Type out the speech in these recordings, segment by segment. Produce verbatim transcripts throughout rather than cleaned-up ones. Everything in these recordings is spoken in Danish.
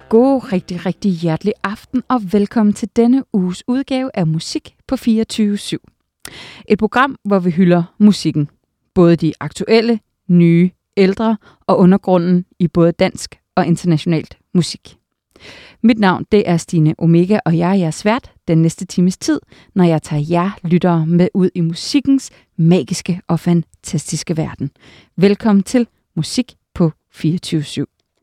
God, rigtig, rigtig hjertelig aften og velkommen til denne uges udgave af Musik på fireogtyve syv. Et program, hvor vi hylder musikken. Både de aktuelle, nye, ældre og undergrunden i både dansk og internationalt musik. Mit navn det er Stine Omega, og jeg er jeres vært den næste times tid, når jeg tager jer lyttere med ud i musikkens magiske og fantastiske verden. Velkommen til Musik på fireogtyve syv.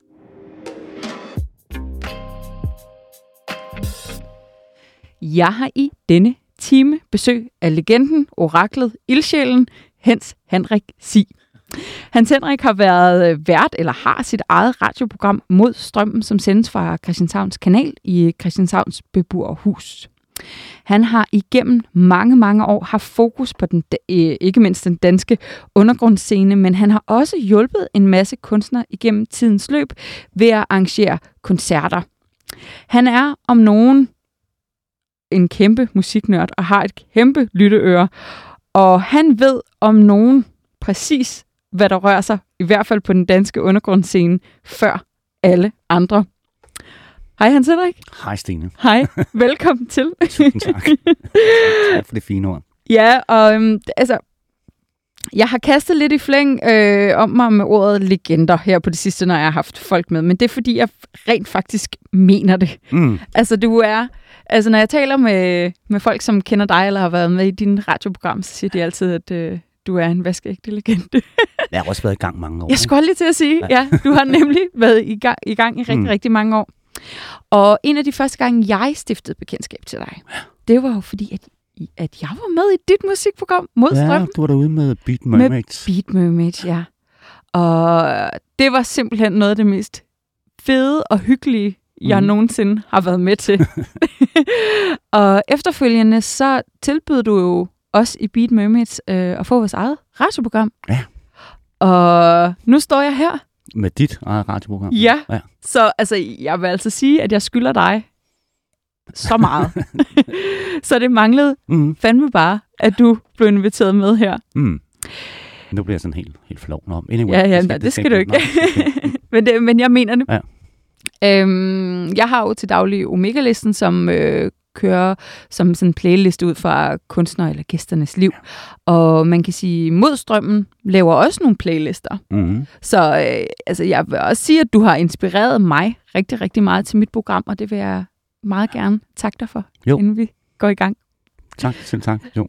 Jeg har i denne time besøg af legenden, oraklet, ildsjælen, Hans Henrik Sig. Hans Henrik har været vært eller har sit eget radioprogram Mod Strømmen, som sendes fra Christianshavns Kanal i Christianshavns Beboerhus. Han har igennem mange, mange år haft fokus på den, ikke mindst den danske undergrundsscene, men han har også hjulpet en masse kunstnere igennem tidens løb ved at arrangere koncerter. Han er om nogen en kæmpe musiknørd og har et kæmpe lytteøre, og han ved om nogen præcis, hvad der rører sig, i hvert fald på den danske undergrundsscene, før alle andre. Hej Hans Henrik. Hej Stine. Hej, velkommen til. Tusind tak. Tak for det fine ord. Ja, og øhm, altså, jeg har kastet lidt i flæng øh, om mig med ordet legender her på det sidste, når jeg har haft folk med, men det er fordi, jeg rent faktisk mener det. Mm. Altså, du er, altså, når jeg taler med, med folk, som kender dig, eller har været med i dine radioprogram, så siger de altid, at øh, du er en vaskeægte legende. Jeg har også været i gang mange år. Jeg skulle lige til at sige, ja, ja du har nemlig været i gang i, gang i rigtig, mm. rigtig mange år. Og en af de første gange, jeg stiftede bekendtskab til dig, det var jo fordi, at, at jeg var med i dit musikprogram, Mod Strømmen. Ja, du var derude med Beat Mermaids. Med Beat Mermaids, ja. Og det var simpelthen noget af det mest fede og hyggelige, jeg mm. nogensinde har været med til. Og efterfølgende, så tilbød du jo os i Beat Mermaids øh, at få vores eget radioprogram. Ja. Og nu står jeg her. Med dit eget radioprogram? Ja. ja. Så altså, jeg vil altså sige, at jeg skylder dig så meget. Så det manglede mm. fandme bare, at du blev inviteret med her. Mm. Nu bliver jeg sådan helt, helt flov. Nå, anyway, ja, ja, det skal, det skal du ikke. men, det, men jeg mener det. Ja. Øhm, jeg har jo til daglig Omega-listen, som øh, kører som sådan en playliste ud fra kunstnere eller gæsternes liv. Ja. Og man kan sige, Mod Strømmen laver også nogle playlister. Mm-hmm. Så øh, altså, jeg vil også sige, at du har inspireret mig rigtig, rigtig meget til mit program, og det vil jeg meget gerne takke dig for, jo. Inden vi går i gang. Tak, selv tak. Jo.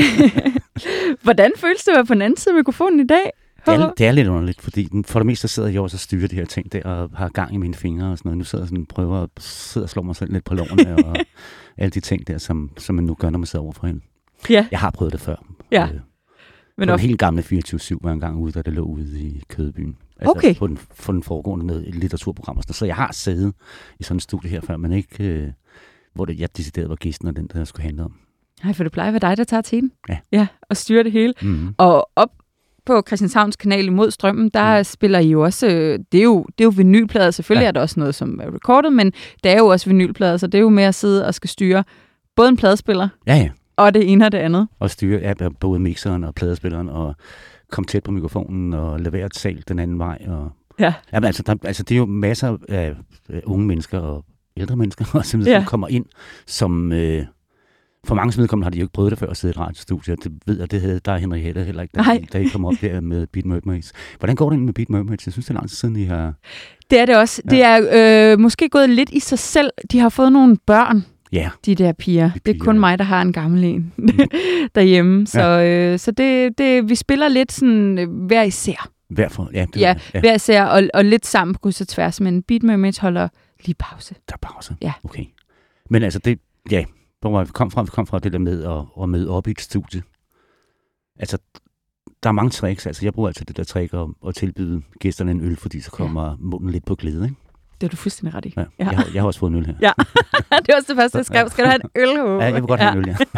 Hvordan føles det at være på den anden side af mikrofonen i dag? Det er, det er lidt underligt, fordi den, for det meste sidder jeg også og styrer de her ting der, og har gang i mine fingre og sådan noget. Nu sidder jeg sådan og prøver at sidde og slå mig selv lidt på lårene, og alle de ting der, som, som man nu gør, når man sidder over for hende. Ja. Jeg har prøvet det før. Ja. Øh, Men på den helt gamle fireogtyve syv var jeg engang ude, da det lå ude i Kødbyen. Altså okay. på den, på den foregående med et litteraturprogram. Så jeg har siddet i sådan en studie her før, men ikke, øh, hvor det, jeg decideret var gæsten og den, der skulle handle om. Nej, for det plejer at være dig, der tager tiden. Ja. Ja, og styrer det hele. Mm-hmm. Og op på Christianshavns Kanal Mod Strømmen, der mm. spiller I jo også, det er jo, det er jo vinylplader, selvfølgelig ja. Er der også noget, som er recorded, men det er jo også vinylplader, så det er jo med at sidde og skal styre både en pladespiller, ja, ja. og det ene og det andet. Og styre ja, både mixeren og pladespilleren, og komme tæt på mikrofonen, og levere et sal den anden vej. Og, ja. Jamen, altså, der, altså, det er jo masser af unge mennesker og ældre mennesker, og som ja. kommer ind, som... Øh, For mange vedkommende har de jo ikke prøvet det før at sidde i et radiostudie. Det ved jeg, det havde der Henriette heller ikke, da, da I kom op der med Beat Mermaids. Hvordan går det med Beat Mermaids? Jeg synes, det er lang tid siden, I har... Det er det også. Ja. Det er øh, måske gået lidt i sig selv. De har fået nogle børn, ja. de der piger. De piger. Det er kun mig, der har en gammel en derhjemme. Så, ja. øh, så det, det, vi spiller lidt sådan øh, hver især. Hver for, ja. Det, ja, ja. hver især, og, og lidt sammen på kryds og tværs. Men Beat Mermaids holder lige pause. Der er pause? Ja. Okay. Men altså, det... Ja... Hvor vi kom fra, vi kom fra det der med at, at møde op i et studie. Altså, der er mange tricks. Altså, jeg bruger altid det der trick at, at tilbyde gæsterne en øl, fordi så kommer ja. munden lidt på glæde, ikke? Det er du fuldstændig ret i. Ja. Ja. Jeg, har, jeg har også fået en øl her. Ja, det var også det første, jeg skrev. Skal du have en øl? Ja, jeg vil godt have ja. en øl, ja.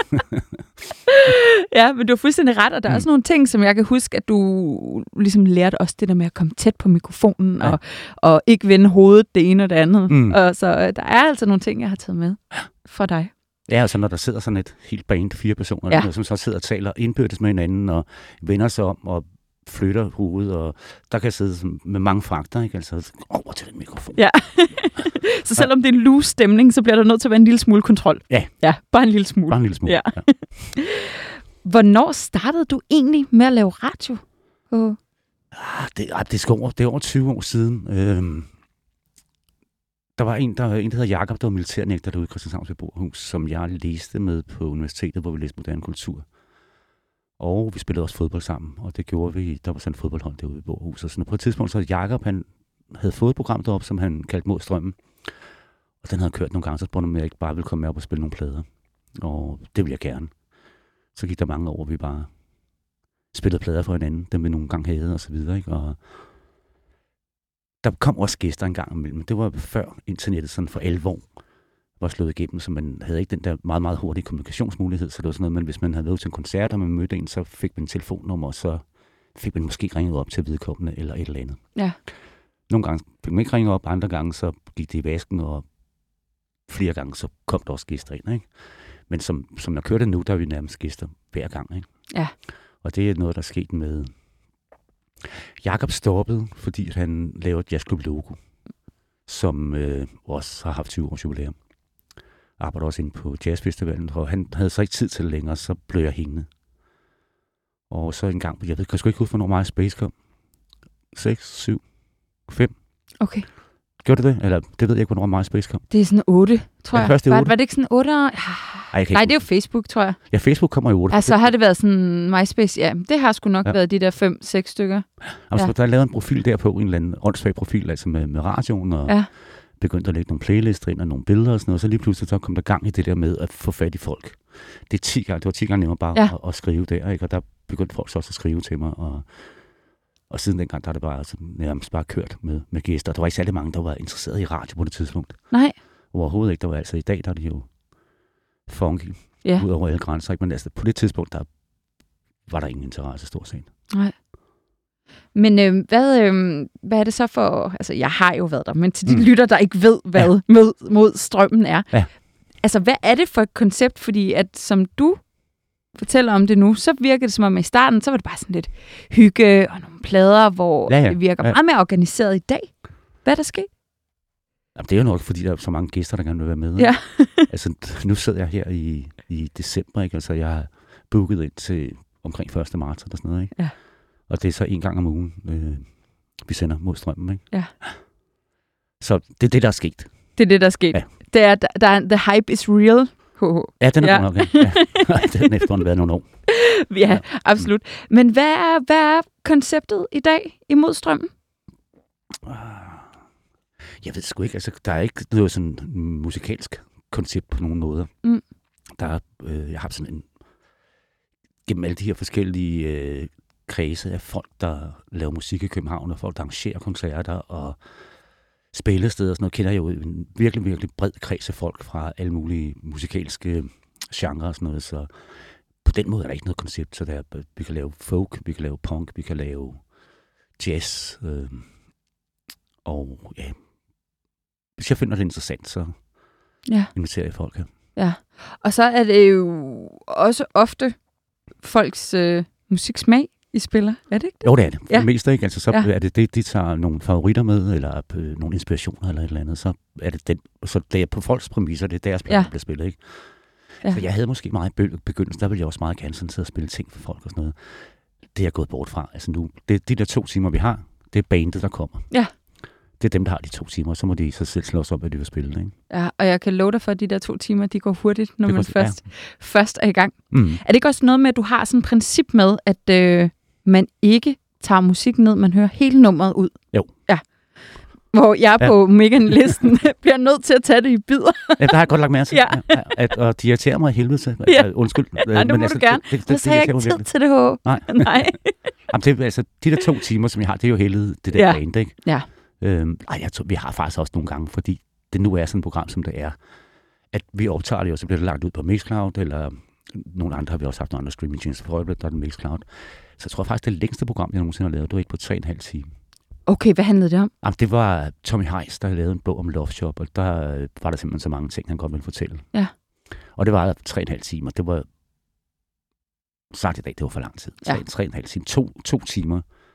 Ja, men du har fuldstændig ret, og der er mm. også nogle ting, som jeg kan huske, at du ligesom lærte også det der med at komme tæt på mikrofonen, ja. og, og ikke vende hovedet det ene og det andet. Mm. Og så der er altså nogle ting, jeg har taget med fra dig. Ja, altså når der sidder sådan et helt band, fire personer, ja. der, som så sidder og taler indbyrdes med hinanden og vender sig om og flytter hovedet, og der kan sidde med mange fakter, ikke? Altså over til den mikrofon. Ja. Så selvom det er en loose stemning, så bliver der nødt til at være en lille smule kontrol. Ja. Ja, bare en lille smule. Bare en lille smule, ja. ja. Hvornår startede du egentlig med at lave radio? Oh. Ah, det, ah, det, er over, det er over tyve år siden. Øhm, der var en, der, en, der hedder Jakob, der var militærnægter derude i Christianshavns Beboerhus, som jeg læste med på universitetet, hvor vi læste moderne kultur. Og vi spillede også fodbold sammen, og det gjorde vi. Der var sådan et fodboldhold derude i Beboerhuset. Så på et tidspunkt, så Jakob, han havde fået et program deroppe, som han kaldte Mod Strømmen. Og den havde kørt nogle gange, så spurgte han, om jeg ikke bare ville komme med op og spille nogle plader. Og det ville jeg gerne. Så gik der mange år, hvor vi bare spillede plader for hinanden, dem vi nogle gange havde og så videre, ikke? Og der kom også gæster en gang imellem. Det var før internettet sådan for alvor var slået igennem, så man havde ikke den der meget, meget hurtige kommunikationsmulighed, så det var sådan noget, men hvis man havde været til en koncert, og man mødte en, så fik man en telefonnummer, og så fik man måske ringet op til vedkommende eller et eller andet. Ja. Nogle gange fik man ikke ringet op, andre gange så gik det i vasken, og flere gange så kom der også gæster ind, ikke? Men som, som jeg kørte nu, der er vi nærmest gæster hver gang, ikke? Ja. Og det er noget, der er sket med Jakob stoppede, fordi han lavede et jazzklub logo, som øh, også har haft tyve års jubilæum. Arbejder også inde på jazzfestivalen, og han havde så ikke tid til det længere, så blev jeg hængende. Og så en gang, jeg ved, kan sgu ikke huske, hvornår MySpace kom. seks, syv, fem. Okay. Gjorde det det? Eller det ved jeg ikke, hvornår MySpace kom. Det er sådan otte, tror jeg. Var, var, var det ikke sådan otte? Ej, Nej, det er jo Facebook, tror jeg. Ja, Facebook kommer i otte. Altså, så har det været sådan MySpace. Ja, det har sgu nok ja. været de der fem, seks stykker. Altså, ja. der er lavet en profil derpå, en eller anden åndssvag profil, altså med, med radioen, og ja. begyndte at lægge nogle playlister ind og nogle billeder og sådan noget. Så lige pludselig så kom der gang i det der med at få fat i folk. Det, er ti gange, det var ti gange nemmere bare ja. at, at skrive der, ikke? Og der begyndte folk så også at skrive til mig, og Og siden dengang, der er det bare altså, nærmest bare kørt med, med gæster. Der var ikke særlig mange, der var interesseret i radio på det tidspunkt. Nej. Overhovedet ikke. Der var altså i dag, der er de jo funky ja. ud over alle grænser. Ikke? Men altså, på det tidspunkt, der var der ingen interesse stort set. Nej. Men øh, hvad, øh, hvad er det så for... Altså, jeg har jo været der, men til de mm. lytter, der ikke ved, hvad ja. mod, mod strømmen er. Ja. Altså, hvad er det for et koncept? Fordi at som du fortæller om det nu, så virker det som om i starten, så var det bare sådan lidt hygge og nogle plader, hvor ja, ja. det virker ja. meget mere organiseret i dag. Hvad er der sket? Jamen, det er jo nok, fordi der er så mange gæster, der gerne vil være med. Ja. Altså, nu sidder jeg her i, i december, ikke? Altså, jeg har booket ind til omkring første marts eller sådan noget, ikke? Ja. Og det er så en gang om ugen, øh, vi sender Mod Strømmen, ikke? Ja. Så det er det, der er sket. Det er det, der er sket. Ja. Det er, der, der er, the hype is real. Ho, ho. Ja, den er ja. god nok, ja. ja. Den er efterhånden været nogle år. Ja, ja, absolut. Men hvad er, hvad er konceptet i dag imod strømmen? Jeg ved sgu ikke. Altså, der er ikke noget sådan musikalsk koncept på nogen måder. Mm. Der er, øh, jeg har sådan en... Gennem alle de her forskellige øh, kredse af folk, der laver musik i København, og folk, der arrangerer koncerter og spillesteder og sådan noget, kender jeg jo en virkelig, virkelig bred kreds af folk fra alle mulige musikalske genrer og sådan noget, så på den måde er der ikke noget koncept, så der, vi kan lave folk, vi kan lave punk, vi kan lave jazz, øh, og ja, hvis jeg finder det interessant, så ja. inviterer jeg folk her. Ja, og så er det jo også ofte folks øh, musiksmag, I spiller, er det ikke det? Jo, det er det. For ja. det meste, ikke? Altså, så ja. er det det, de tager nogle favoritter med, eller øh, nogle inspirationer, eller et eller andet, så er det den. Så det er på folks præmisser, det er deres planer, ja. der bliver spillet, ikke? Ja. Så jeg havde måske meget i begyndelsen, der ville jeg også meget gerne sådan sidde og spille ting for folk og sådan noget. Det er jeg gået bort fra. Altså nu, det, de der to timer, vi har, det er bandet, der kommer. Ja. Det er dem, der har de to timer, så må de så selv slås op, hvad de vil spille, ikke? Ja, og jeg kan love dig for, at de der to timer, de går hurtigt, når det man går, først, ja. først er i gang. Mm. Er det ikke også noget med, at du har sådan et princip med, at øh, man ikke tager musik ned, man hører hele nummeret ud? Jo. Ja. Hvor jeg ja. på Megan-listen bliver nødt til at tage det i bidder. Ja, der har jeg godt lagt mærke til. Ja. Ja, at, og de irriterer mig i helvede til. Ja. Undskyld. Ja, det må altså, du gerne. Det, det, det, så har jeg ikke tid til det, H. Nej. Nej. Jamen, det, altså, de der to timer, som jeg har, det er jo helvede, det der ja. band, ikke? Ja. Øhm, ej, jeg tror, vi har faktisk også nogle gange, fordi det nu er sådan et program, som det er, at vi optager det, og så bliver det lagt ud på Mixcloud, eller nogle andre har vi også haft nogle andre streaming-tjenester for øjeblikket, der er den Mixcloud. Så jeg tror faktisk, det længste program, jeg nogensinde har lavet, det var ikke på tre og en halv time. Okay, hvad handlede det om? Jamen, det var Tommy Heiss, der lavede en bog om Love Shop, og der var der simpelthen så mange ting, han godt ville fortælle. Ja. Og det var tre og en halv time, og det var sagt i dag, det var for lang tid. Ja. Tre og en halv time, to, to timer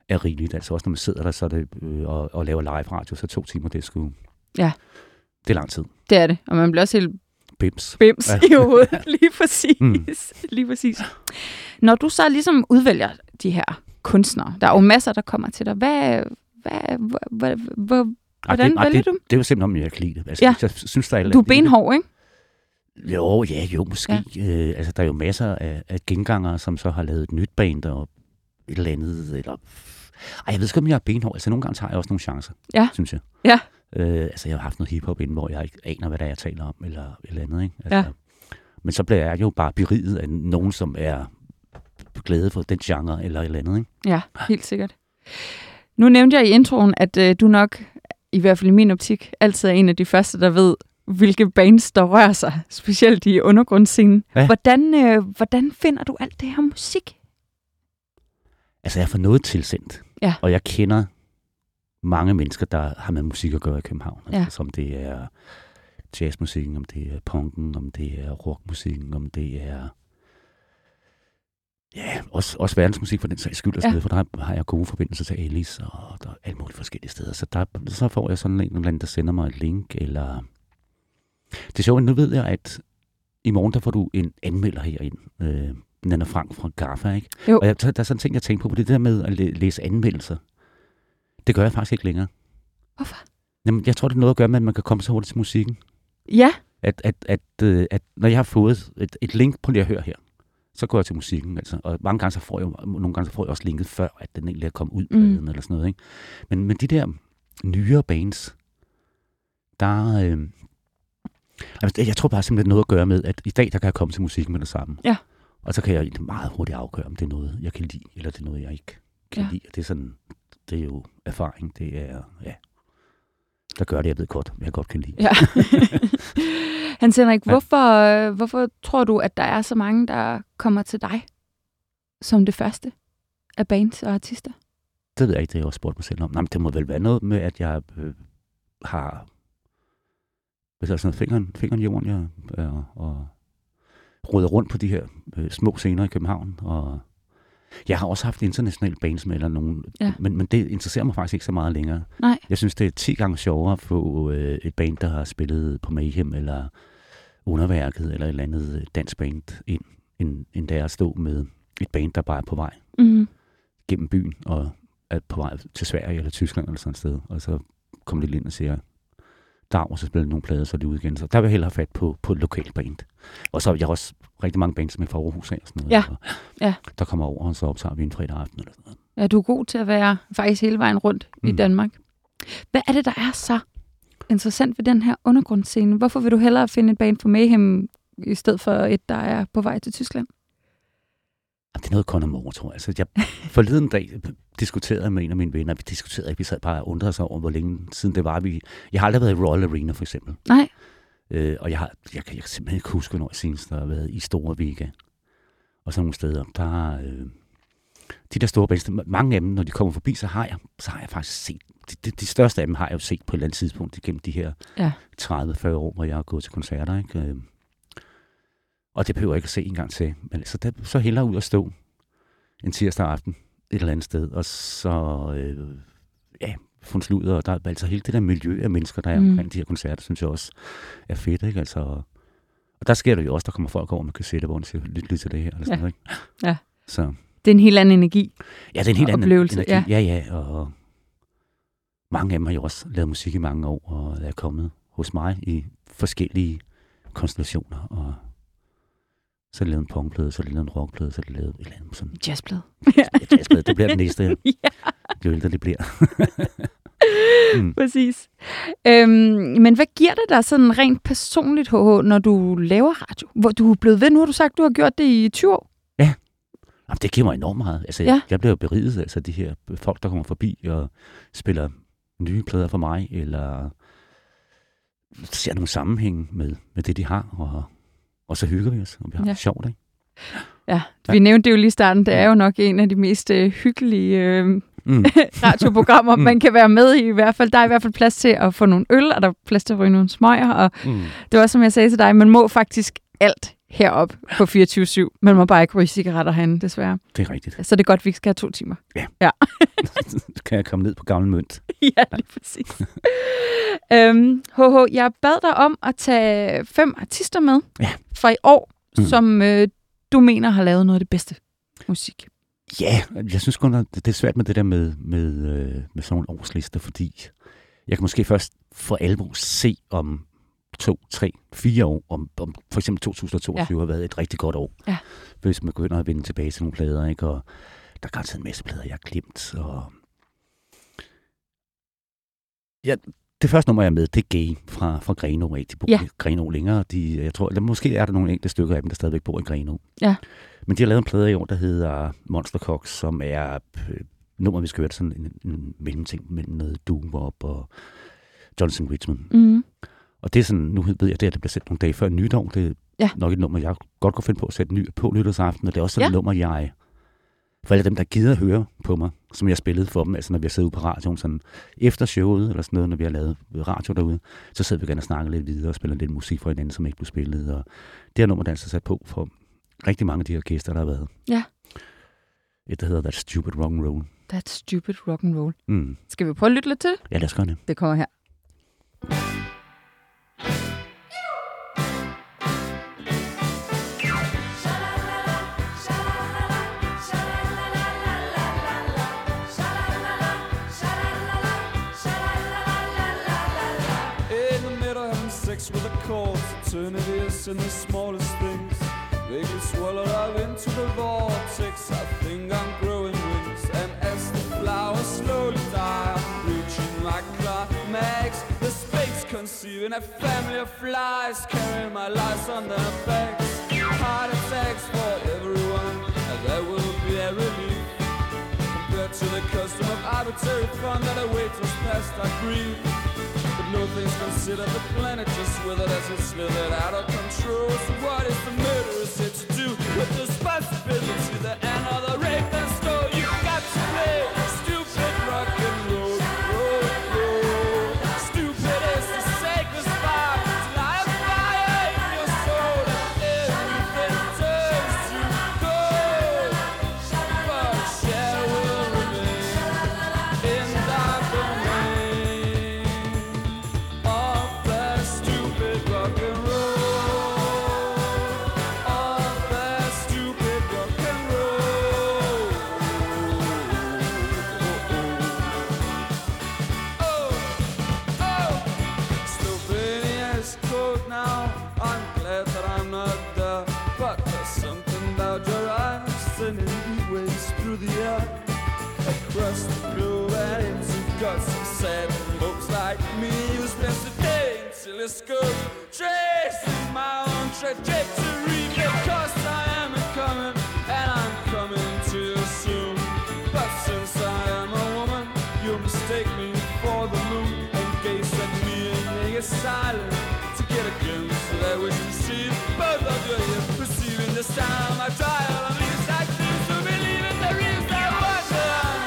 er rigeligt. Altså også når man sidder der så det, øh, og, og laver live radio, så to timer, det er sgu... Ja. Det er lang tid. Det er det, og man bliver også helt... Bims. Bims ja. I hovedet, lige præcis. Mm. Lige præcis. Når du så ligesom udvælger de her kunstnere, der er jo masser, der kommer til dig, hvad... hvad, hvad, hvad hvordan det, vælger det, du? Det er jo simpelthen, om jeg kan lide det. Altså, ja. jeg synes, der er du er benhård, ikke? Jo, ja, jo, måske. Ja. Øh, altså, der er jo masser af, af gengangere, som så har lavet et nyt band og et eller andet. Eller... Ej, jeg ved ikke, om jeg er benhård. Altså, nogle gange tager jeg også nogle chancer, ja. synes jeg. Ja. Øh, altså, jeg har haft noget hiphop inden, hvor jeg ikke aner, hvad det er, jeg taler om, eller et eller andet, ikke? Altså, ja. Men så bliver jeg jo bare beriget af nogen, som er glade for den genre, eller et eller andet, ikke? Ja, helt sikkert. Nu nævnte jeg i introen, at øh, du nok, i hvert fald i min optik, altid er en af de første, der ved, hvilke bands, der rører sig, specielt i undergrundsscenen. Ja. Hvordan, øh, hvordan finder du alt det her musik? Altså, jeg får noget tilsendt, ja. og jeg kender mange mennesker, der har med musik at gøre i København. Ja. Altså, som det er jazzmusikken, om det er punken, om det er rockmusikken, om det er... Ja, også, også verdensmusik for den sags skyld, og sådan ja. For der har jeg gode forbindelser til Alice, og der er alle mulige forskellige steder. Så, der, så får jeg sådan en eller anden, der sender mig et link, eller... Det er sjovt, nu ved jeg, at i morgen, der får du en anmelder herind. Øh, Nana Frank fra Gaffa, ikke? Jo. Og jeg, der er sådan en ting, jeg tænker på, på det der med at læ- læse anmeldelser. Det gør jeg faktisk ikke længere. Hvorfor? Jamen, jeg tror, det er noget at gøre med, at man kan komme så hurtigt til musikken. Ja. At, at, at, at, at når jeg har fået et, et link på det, jeg hører her, så går jeg til musikken, altså. Og mange gange så får jeg, nogle gange så får jeg også linket før, at den egentlig er kommet ud, mm. eller sådan noget, ikke? Men, men de der nyere bands, der... Øh, altså, jeg tror bare simpelthen noget at gøre med, at i dag, der kan jeg komme til musikken med det samme. Ja. Og så kan jeg meget hurtigt afgøre, om det er noget, jeg kan lide, eller det er noget, jeg ikke kan ja. lide. Og det er sådan, det er jo erfaring, det er, ja, der gør det, jeg ved godt, jeg godt kan lide. Ja. Hans Henrik, ja. hvorfor, hvorfor tror du, at der er så mange, der kommer til dig som det første af bands og artister? Det ved jeg ikke, det har jeg også spurgt mig selv om. Nej, men det må vel være noget med, at jeg øh, har hvis jeg sådan noget fingeren, fingeren i jorden, jeg øh, og råder rundt på de her øh, små scener i København. Og jeg har også haft internationale bands med eller nogen, ja. men, men det interesserer mig faktisk ikke så meget længere. Nej. Jeg synes, det er ti gange sjovere at få øh, et band, der har spillet på Mayhem, eller Underværket, eller et eller andet dansk band ind, end, end der at stå med et band, der bare er på vej mm-hmm. gennem byen, og er på vej til Sverige eller Tyskland eller sådan et sted. Og så kommer de ind og siger, dag, og så spiller nogle plader, så er de ude igen. Så der vil jeg hellere have fat på, på et lokalt band. Og så har jeg også rigtig mange bands med fra Aarhus af og sådan noget. Ja. Og ja. Der kommer over, og så optager vi en fredag aften eller sådan noget. Ja, du er god til at være faktisk hele vejen rundt mm. i Danmark. Hvad er det, der er så interessant ved den her undergrundsscene? Hvorfor vil du hellere finde et band for Mayhem, i stedet for et, der er på vej til Tyskland? Det er noget Conor Moore, tror jeg. Altså, jeg forleden dag diskuterede med en af mine venner. Vi diskuterede ikke, vi sad bare og undrede os over, hvor længe siden det var. Vi, jeg har aldrig været i Royal Arena, for eksempel. Nej. Øh, og jeg, har, jeg, kan, jeg kan simpelthen ikke huske, når jeg senest har været i Store Vega. Og sådan nogle steder. Der øh, de der store bands, mange af dem, når de kommer forbi, så har jeg, så har jeg faktisk set. De, de, de største af dem har jeg jo set på et eller andet tidspunkt igennem de her ja. tredive til fyrre år, hvor jeg har gået til koncerter. Ikke? Øh, og det behøver jeg ikke at se en gang til. Men så, der, så hellere ud at stå en tirsdag aften et eller andet sted, og så øh, ja, fundet sludder, og der er altså hele det der miljø af mennesker, der er mm. omkring de her koncerter, synes jeg også er fedt, ikke? Altså, og der sker det jo også, der kommer folk over, man kan se det, hvor man siger, lyt lige til det her, eller sådan ja. noget, ikke? Ja. Så. Det er en helt anden energi. Ja, det er en helt anden oplevelse. energi. Ja, ja, og mange af dem har jo også lavet musik i mange år, og er kommet hos mig i forskellige konstellationer, og så er det lavet en punkplade, så er det lavet en rockplade, så er det lavet et eller andet sådan... Jazzplade. Ja, jazzplade. Det bliver den næste. Ja. Jo ældre det bliver. mm. Præcis. Øhm, men hvad giver det dig sådan rent personligt, H H, når du laver radio? Hvor du er blevet ved, nu har du sagt, du har gjort det i tyve år. Ja. Jamen, det giver mig enormt meget. Altså, ja. jeg, jeg bliver jo beriget, altså de her folk, der kommer forbi og spiller nye plader for mig, eller ser nogle sammenhæng med, med det, de har, og Og så hygger vi os, og vi har ja. det sjovt, ikke? Ja, vi ja. nævnte det jo lige i starten. Det er jo nok en af de mest øh, hyggelige øh, mm. radioprogrammer, mm. man kan være med i i hvert fald. Der er i hvert fald plads til at få nogle øl, og der er plads til at ryge nogle smøger. Og mm. det var, som jeg sagde til dig, man må faktisk alt heroppe på fireogtyve syv. Man må bare ikke ryge cigaretter herinde, desværre. Det er rigtigt. Så det er godt, vi skal have to timer. Ja. ja. Så kan jeg komme ned på gammel mønt. Ja, lige præcis. øhm, H H, jeg bad dig om at tage fem artister med ja. fra i år, mm. som øh, du mener har lavet noget af det bedste musik. Ja, jeg synes kun, at det er svært med det der med, med, med sådan nogle årslister, fordi jeg kan måske først for alvor se om to, tre, fire år, om, om for eksempel to tusind og toogtyve ja. har været et rigtig godt år. Ja. Hvis man begynder at vende tilbage til nogle plader, ikke? Og der er garanteret en masse plader, jeg har glemt. Og ja, det første nummer, jeg er med, det er Gay fra, fra Grenaa. De bor ja. i Grenaa længere. De, jeg tror, der, måske er der nogle enkelte stykker af dem, der stadigvæk bor i Grenaa. Ja. Men de har lavet en plade i år, der hedder Monster Cox, som er øh, nummer, vi skal høre, sådan en, en mellemting mellem noget doo-wop og Jonathan Richman. Mm. Og det er sådan, nu ved jeg, det er, det bliver sendt nogle dage før nytår. Det er ja. nok et nummer, jeg godt kunne finde på at sætte ny på nytårsaften. Og det er også sådan ja. et nummer, jeg... For alle dem, der gider at høre på mig, som jeg spillede for dem, altså når vi har siddet ude på radioen, sådan efter showet, eller sådan noget, når vi har lavet radio derude, så sidder vi gerne og snakker lidt videre og spiller lidt musik for hinanden, som ikke blev spillet. Og det her nummer, der er altså sat på for rigtig mange af de her gæster, der har været. Ja. Et, der hedder That Stupid Rock and Roll. That Stupid Rock and Roll. Mm. Skal vi prøve at lytte lidt til det? Ja, lad os gøre det. Det kommer her. With a cause, eternity is in the smallest things. They get swallowed up into the vortex. I think I'm growing wings, and as the flowers slowly die, I'm reaching my climax. The space conceiving a family of flies, carrying my lies on their backs. Heart attacks for everyone, and there will be a relief compared to the custom of arbitrary fun that awaits us past our grief. No things considered, the planet just withered as it slithered out of control. So what is the murderer said to do with the responsibility, the end of the rape and stole? You got to play stupid rock and roll, roll, roll. Stupid is the sacred spark to light a fire in your soul, and everything turns to gold. But a shadow will remain in dark domain. Across the globe and into guts of sad folks like me who spends the day in telescope tracing my own trajectory, because I am coming and I'm coming too soon. But since I am a woman, you mistake me for the moon and gaze at me in naked silence to get a glimpse of that which you see. Both of your ears perceiving the sound of my dial and these actions to believe in the real that wonder.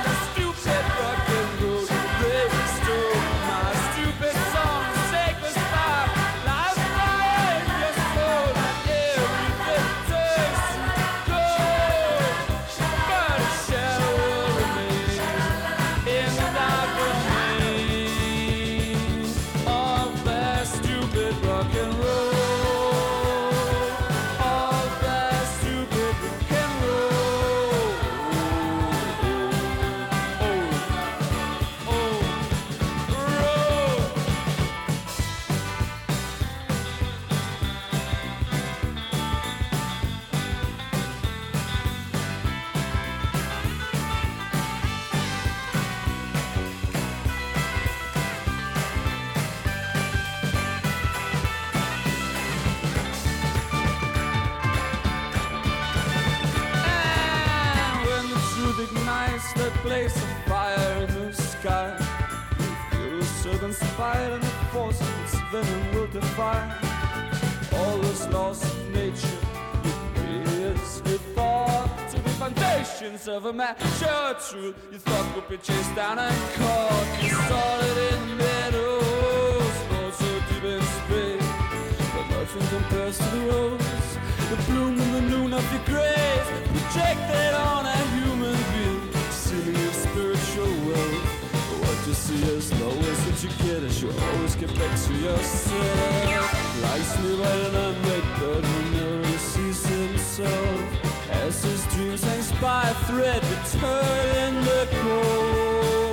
Blaze of fire in the sky. You feel so inspired, and the force of its venom will defy all those laws of nature you previously thought to be foundations of a mature truth. You thought would be chased down and caught. You started in the meadows, not so deep in space, but nothing compares to the rose the bloom and the noon of your grace, projected on a human being, seeming your spiritual wealth. What you see is always what you get, as you always get back to yourself. Like sleep at an unmade bird who never sees himself, as his dreams hangs by a thread, return in the cold.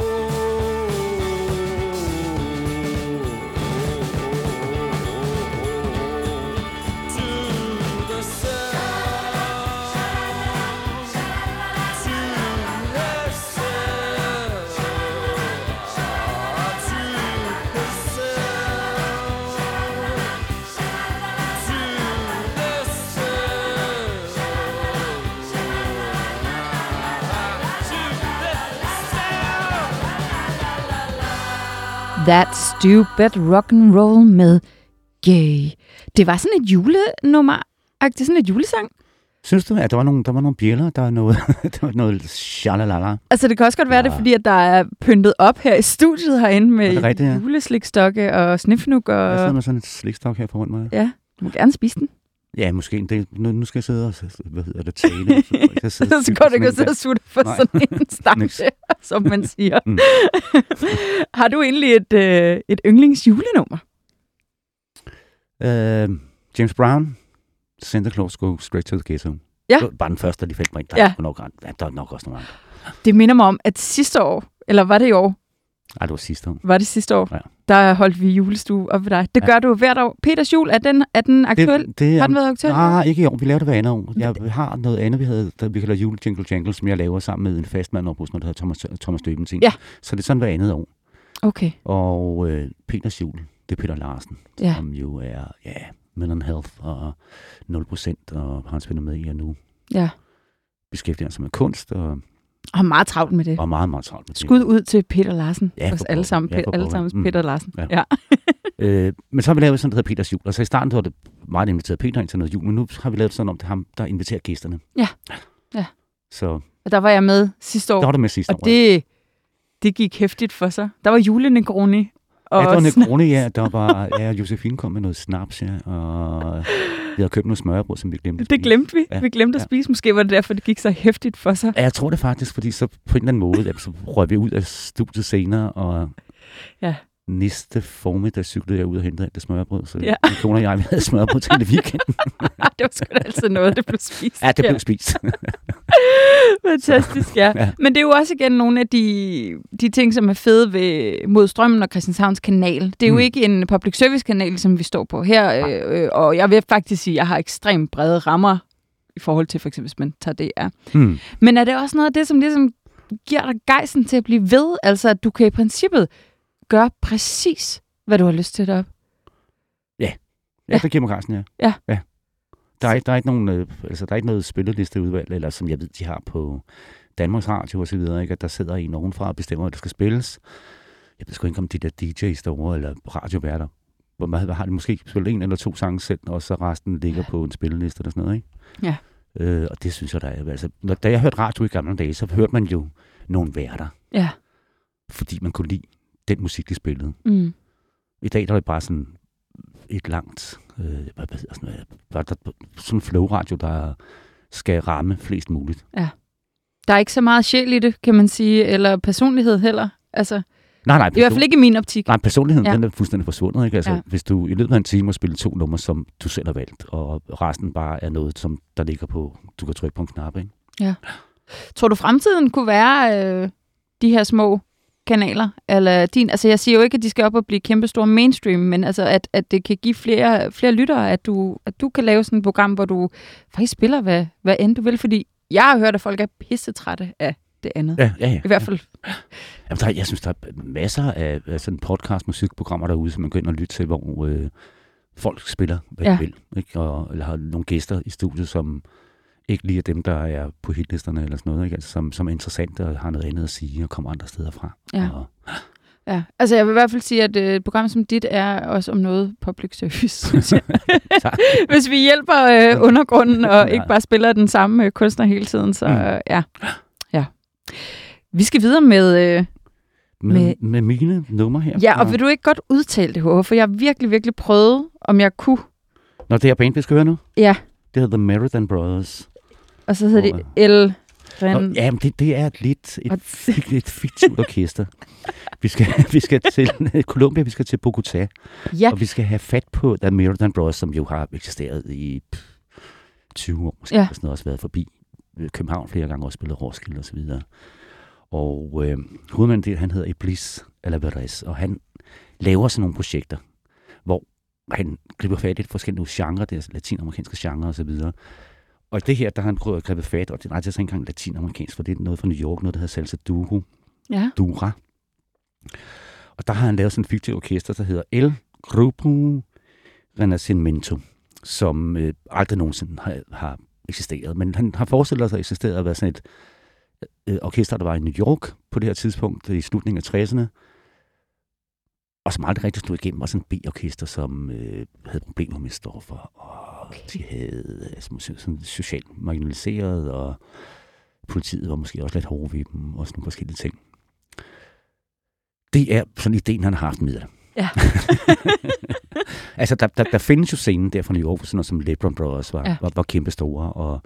That Stupid Rock'n'Roll med Gay. Det var sådan et julenummer, sådan et julesang. Synes du, at der var nogle, der var nogle bjæller, der var noget, der var noget shalalala? Altså, det kan også godt være ja. det, fordi at der er pyntet op her i studiet herinde med rigtigt, ja? juleslikstokke og snifnuk. Og... Jeg sidder med sådan et slikstokke her foran mig. Ja, du må gerne spise den. Ja, måske. Det, nu, nu skal jeg sidde og, hvad hedder det, tale. Så, så, så går det ikke at sidde og sutte for Nej. sådan en stange, som man siger. Mm. Har du egentlig et, øh, et yndlingsjulenummer? Uh, James Brown, Santa Claus Go Straight to the Ghetto. Ja. Bare den første, der de faldt mig ind. Der, ja. er nok, der er nok også nogle andre. Det minder mig om, at sidste år, eller var det i år? Nej, det var sidste år. Var det sidste år? Ja. Der holdt vi julestue op ved dig. Det ja. gør du hvert år. Peters jul, er den, er den aktuel? Det, det, har den været aktuel? Nej, ikke i år. Vi laver det hver andet år. Jeg har noget andet, vi, havde, der, vi kalder Jule Jingle Jangle, som jeg laver sammen med en fastmand op hos noget, der hedder Thomas, Thomas Døbenting. Ja. Så det er sådan hver andet år. Okay. Og øh, Peters jul, det er Peter Larsen, ja. som jo er ja, Mental Health og nul procent, og han spiller med i nu. Ja. Beskæftiger sig med kunst og... Og meget travlt med det. Og meget, meget travlt med det. Skud ud til Peter Larsen. Ja, os alle sammen. ja, alle sammen mm. Peter Larsen. Ja. ja. øh, men så har vi lavet sådan, der hedder Peters jul. Altså i starten var det meget inviteret Peter ind til noget jul, men nu har vi lavet sådan om til ham, der inviterer gæsterne. Ja. ja. Så... Og der var jeg med sidste år. Der var du med sidste og år. Og det, det gik hæftigt for sig. Der var julenegroni. Og ja, der var Negroni, ja. Der var, ja, Josefine kom med noget snaps, ja. Og vi havde købt noget smørrebrød, som vi glemte at spise. Det glemte vi. Ja. Vi glemte at spise. Ja. Måske var det derfor, det gik så hæftigt for sig. Ja, jeg tror det faktisk, fordi så på en eller anden måde, så røg vi ud af studiet senere, og ja. næste formiddag cyklede jeg ud og hentede alt det smørrebrød. Så ja. min kone og jeg, vi havde smørrebrød til det weekenden. Det var sgu da altid noget, det blev spist. Ja, det blev ja. spist. Fantastisk, ja. ja. Men det er jo også igen nogle af de, de ting, som er fede ved Mod Strømmen og Christianshavns kanal. Det er mm. jo ikke en public service kanal, som vi står på her, øh, og jeg vil faktisk sige, at jeg har ekstremt brede rammer i forhold til for eksempel, hvis man tager D R. Mm. Men er det også noget af det, som ligesom giver dig gejsten til at blive ved? Altså, at du kan i princippet gøre præcis, hvad du har lyst til deroppe? Ja, ja, ja. Det giver mig gejsten, ja. Ja. ja. Der er, der, er ikke nogen, øh, altså, der er ikke noget spillelisteudvalg, eller som jeg ved, de har på Danmarks Radio og så videre, ikke? At der sidder en ovenfra og bestemmer, hvad der skal spilles. Jeg ved sgu ikke, om de der D J's derovre, eller radioværter, hvor man har de måske spillet en eller to sange selv, og så resten ligger på en spilleliste eller sådan noget, ikke? Ja. Øh, og det synes jeg, der er. Altså, når, da jeg hørte radio i gamle dage, så hørte man jo nogle værter. Ja. Fordi man kunne lide den musik, de spillede. Mm. I dag der er det bare sådan et langt, øh, hvad hedder sådan noget, bare der, sådan en flow-radio, der skal ramme flest muligt. Ja. Der er ikke så meget sjæl i det, kan man sige, eller personlighed heller. Altså, nej, nej. I hvert fald ikke i min optik. Nej, personligheden, ja. Den er fuldstændig forsvundet, ikke? Altså, ja. Hvis du i løbet af en time har spillet to numre, som du selv har valgt, og resten bare er noget, som der ligger på, du kan trykke på en knap, ikke? Ja. Tror du, fremtiden kunne være øh, de her små kanaler? Eller din, altså jeg siger jo ikke, at de skal op og blive kæmpestore mainstream, men altså at, at det kan give flere, flere lyttere, at du, at du kan lave sådan et program, hvor du faktisk spiller, hvad, hvad end du vil, fordi jeg har hørt, at folk er pissetrætte af det andet. Ja, ja, ja. I hvert fald. Ja. Jamen, der, jeg synes, der er masser af, af sådan podcast-musikprogrammer derude, som man går ind og lytter til, hvor øh, folk spiller, hvad ja. de vil, ikke? Og, eller har nogle gæster i studiet, som ikke lige er dem, der er på hitlisterne eller sådan noget, ikke? Altså, som, som er interessante og har noget andet at sige og kommer andre steder fra. Ja. Og, ja. Altså jeg vil i hvert fald sige, at et program som dit er også om noget public service. Hvis vi hjælper øh, undergrunden og ja. ikke bare spiller den samme øh, kunstner hele tiden, så øh, ja. ja. Vi skal videre med... Øh, med, med, med mine numre her. Ja, og vil du ikke godt udtale det, Håber? For jeg har virkelig, virkelig prøvet, om jeg kunne... Når det her band, vi skal høre nu? Ja. Det hedder The Meriden Brothers. Og så hedder det El... Nå, ja, men det, det er et lidt et, et, et fiktivt orkester. Vi skal, vi skal til Colombia, vi skal til Bogotá, ja. og vi skal have fat på The Meriden Brothers, som jo har eksisteret i tyve år, måske ja. Sådan også været forbi København flere gange, også spillet Roskilde og så videre. Og øh, hovedmanden der, han hedder Iblis Alavarez, og han laver sådan nogle projekter, hvor han griber fat i forskellige genrer, det er latinamerikanske genrer og så videre. Og det her, der har han prøvet at gribe fat, og det er altså ikke engang latinamerikansk, for det er noget fra New York, noget der hedder Salsa Duro. Ja. Dura. Og der har han lavet sådan en fiktiv orkester, der hedder El Grupo Renacimiento, som øh, aldrig nogensinde har, har eksisteret. Men han har forestillet sig eksisteret at være sådan et øh, orkester, der var i New York på det her tidspunkt, i slutningen af tresserne, og som aldrig rigtig stod igennem, var sådan et B-orkester, som øh, havde problemer med stoffer, og okay. de havde altså, sådan socialt marginaliseret, og politiet var måske også lidt hårde ved dem, og sådan nogle forskellige ting. Det er sådan ideen, han har haft med det. Ja. altså, der, der, der findes jo scenen der fra New York, sådan noget som LeBron Brothers var, ja. var, var kæmpe store, og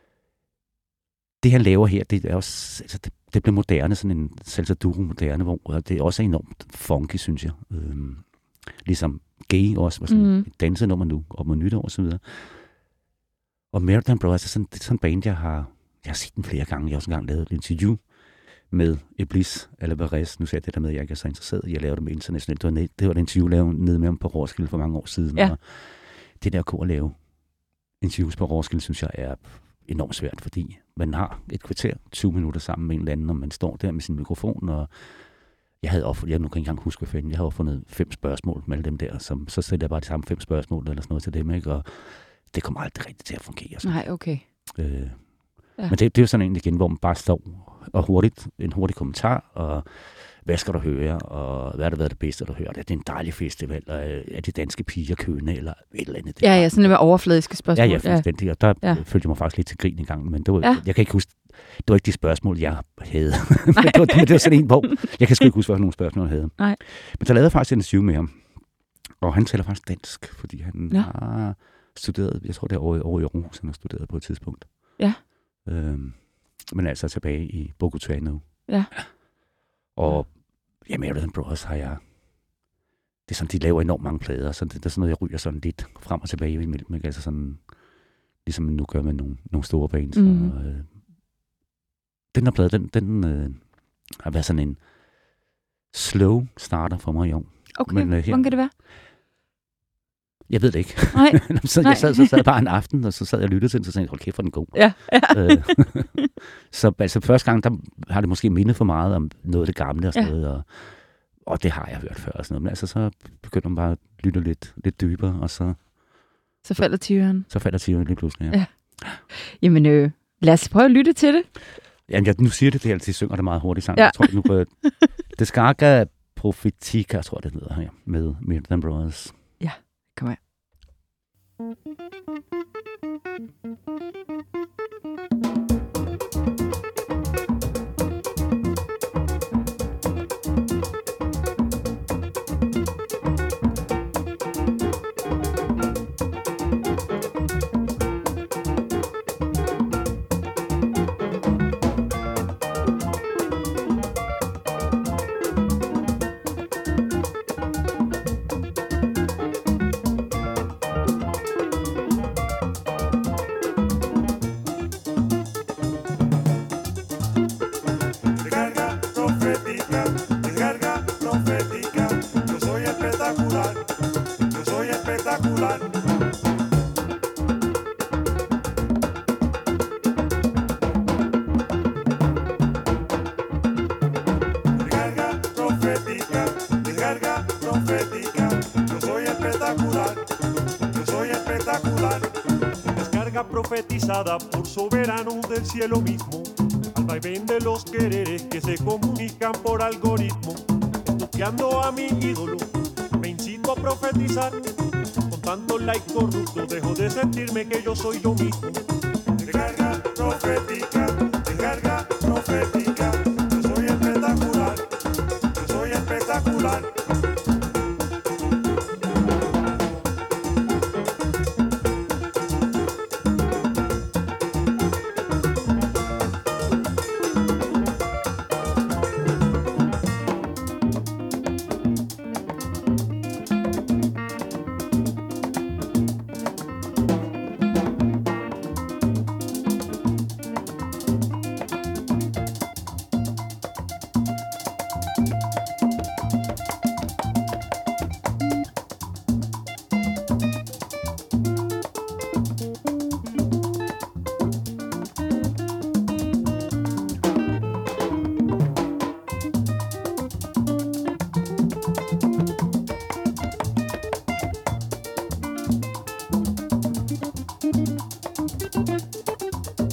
det, han laver her, det er også, altså, det, det bliver moderne, sådan en salsa duro moderne, hvor det er også enormt funky, synes jeg. Øhm, ligesom Gay også var sådan mm. et dansenummer nu, op mod nytår og så videre. Og Meriden Brothers er sådan, det er sådan en band, jeg har, jeg har set den flere gange. Jeg har også engang lavet et interview med Iblis Alavarez. Nu ser jeg det der med, at jeg ikke er så interesseret i at lave det med internationalt. Det var, det var et interview, jeg lavede nede med ham på Roskilde for mange år siden. Ja. Og det der kunne at lave interviews på Roskilde, synes jeg er enormt svært, fordi man har et kvarter, tyve minutter sammen med en eller anden, og man står der med sin mikrofon, og jeg havde opfundet, jeg nu kan ikke engang huske, hvad fanden, jeg havde opfundet fem spørgsmål med alle dem der, som, så stillede jeg bare de samme fem spørgsmål, eller sådan noget til dem, ikke? Og det kommer aldrig rigtigt til at fungere. Så. Nej, okay. Øh, ja. Men det, det er jo sådan en igen, hvor man bare står og hurtigt, en hurtig kommentar, og hvad skal du høre, og hvad har det været det bedste, du hører? Det er en dejlig festival, og er de danske piger kønne, eller et eller andet. Ja, ja, sådan med overfladiske spørgsmål. Ja, ja, fuldstændig. Ja. Og der ja. følte jeg mig faktisk lidt til grin en gang, men det var, ja. jeg kan ikke huske, det var ikke de spørgsmål, jeg havde. men det, var, det var sådan en, hvor jeg kan sgu ikke huske, hvad nogle spørgsmål jeg havde. Nej. Men så lavede jeg faktisk en interview med ham, og han taler faktisk dansk, fordi han ja. har studeret, jeg tror det er over, over i Aarhus, han har studeret på et tidspunkt. Ja. Øhm, men altså tilbage i Bogotá nu. Ja. Og ja, Meriden Brothers har jeg, det er sådan, de laver enormt mange plader, så det, det er sådan noget, jeg ryger sådan lidt frem og tilbage imellem, ikke? Altså sådan, ligesom man nu gør med nogle, nogle store bands. Mm. Og, øh, den her plade, den, den øh, har været sådan en slow starter for mig i år. Okay, Men, øh, her, hvordan kan det være? Jeg ved det ikke. Nej. så jeg sad, så sad bare en aften, og så sad jeg og lyttede til den, så sagde jeg, hold kæft, for den god. Ja. ja. øh, så altså, første gang, der har det måske mindet for meget om noget af det gamle og sådan ja. noget, og, og det har jeg hørt før og sådan noget. Men altså, så begynder man bare at lytte lidt, lidt dybere, og så... Så falder tigeren. Så falder tigeren lige pludselig, ja. ja. Jamen, øh, lad os prøve at lytte til det. Jamen, jeg, nu siger det, det altid synger det meget hurtigt sammen. Ja. Jeg tror, nu på Descarga Profetica, tror jeg, det hedder her, med Meriden Brothers. Ja, kom her. Por soberanos del cielo mismo, al vaivén de los quereres que se comunican por algoritmo, buscando a mi ídolo, me incito a profetizar, con tanto like corrupto dejo de sentirme que yo soy yo mismo. Descarga profética, descarga profética, yo soy espectacular, yo soy espectacular.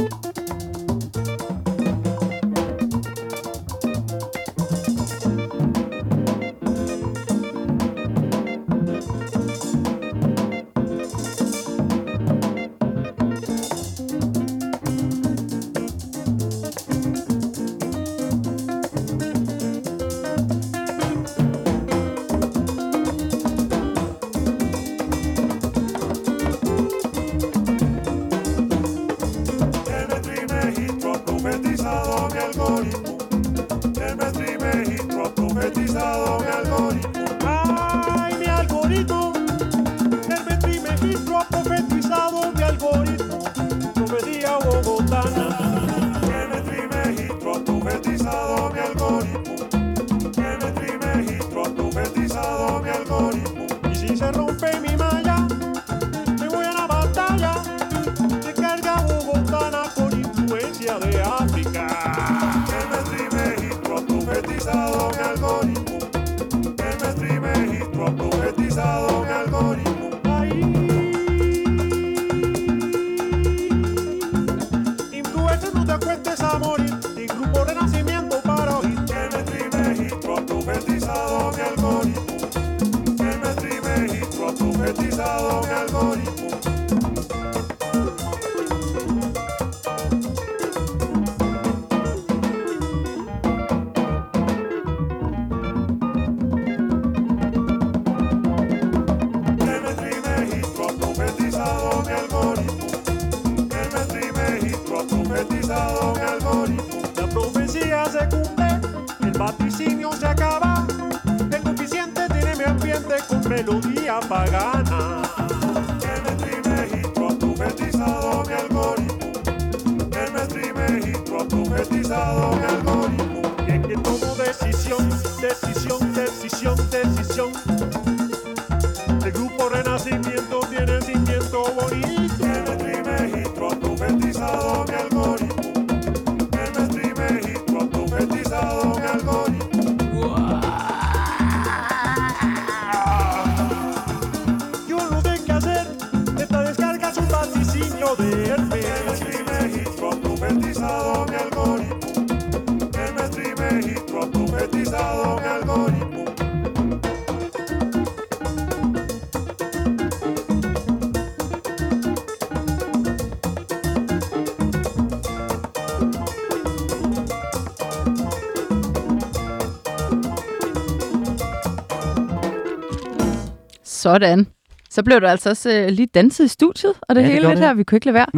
Sådan. Så blev du altså også øh, lige danset i studiet, og det, ja, det hele lidt her, vi kunne ikke lade være.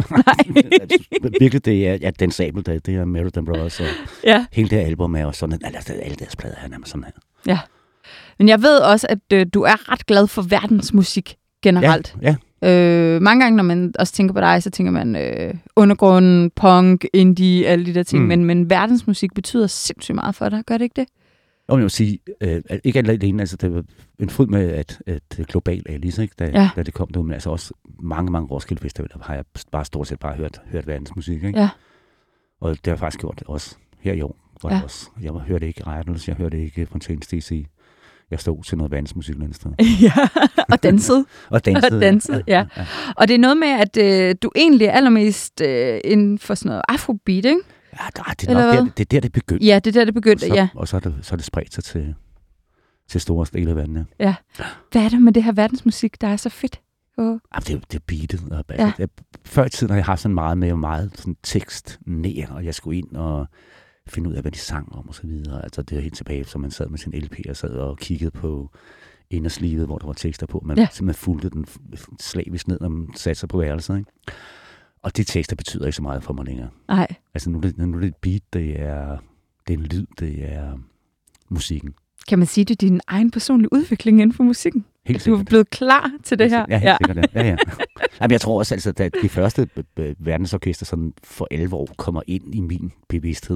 Nej. Virkelig, det er ja, dansabelt, det, det er Meriden Brothers, og ja. Hele det her album er også sådan, altså alle deres plader er nærmest sådan her. Ja. Men jeg ved også, at øh, du er ret glad for verdensmusik generelt. Ja, ja. Øh, mange gange, når man også tænker på dig, så tænker man øh, undergrund, punk, indie, alle de der ting, mm. men, men verdensmusik betyder sindssygt meget for dig, gør det ikke det? Jeg vil sige, øh, ikke alene, altså det var en fryd med, at, at globalt er lige, ikke, da, ja. da det kom der, men altså også mange, mange Roskilde Festivaler har jeg bare stort set bare hørt, hørt verdensmusik, ikke? Ja. Og det har jeg faktisk gjort også her i år. Var ja. også, jeg hørte ikke Reitels, jeg hørte ikke Fontaine's D C. Jeg stod til noget verdensmusik et eller andet sted. Ja, og dansede. og dansede, og dansede ja. Ja. Ja. Og det er noget med, at øh, du egentlig er allermest øh, inden for sådan noget afrobeat, ikke? Ja, det er, nok der, det er der, det begyndte. Ja, det er der, det begyndte, og så, ja. Og så er det, så er det spredt sig til, til store dele af verden, ja. ja. Hvad er det med det her verdensmusik, der er så fedt? Oh. Jamen, det, er, det er beatet. Og, ja. altså, før i tiden har jeg haft sådan meget med, meget sådan tekst nær, og jeg skulle ind og finde ud af, hvad de sang om og så videre. Altså det er helt tilbage, så man sad med sin L P og sad og kiggede på inderslivet, hvor der var tekster på. Man ja. simpelthen fulgte den slavisk ned, når man satte sig på værelset, ikke? Og de tekster betyder ikke så meget for mig længere. Nej. Altså nu er det, nu er det et beat, det er, det er en lyd, det er musikken. Kan man sige, det er din egen personlige udvikling inden for musikken? Helt du er blevet klar til det her? Ja, helt ja. sikkert. Ja, ja. Jamen, jeg tror også, altså, at de første verdensorkester sådan for elleve år kommer ind i min bevidsthed.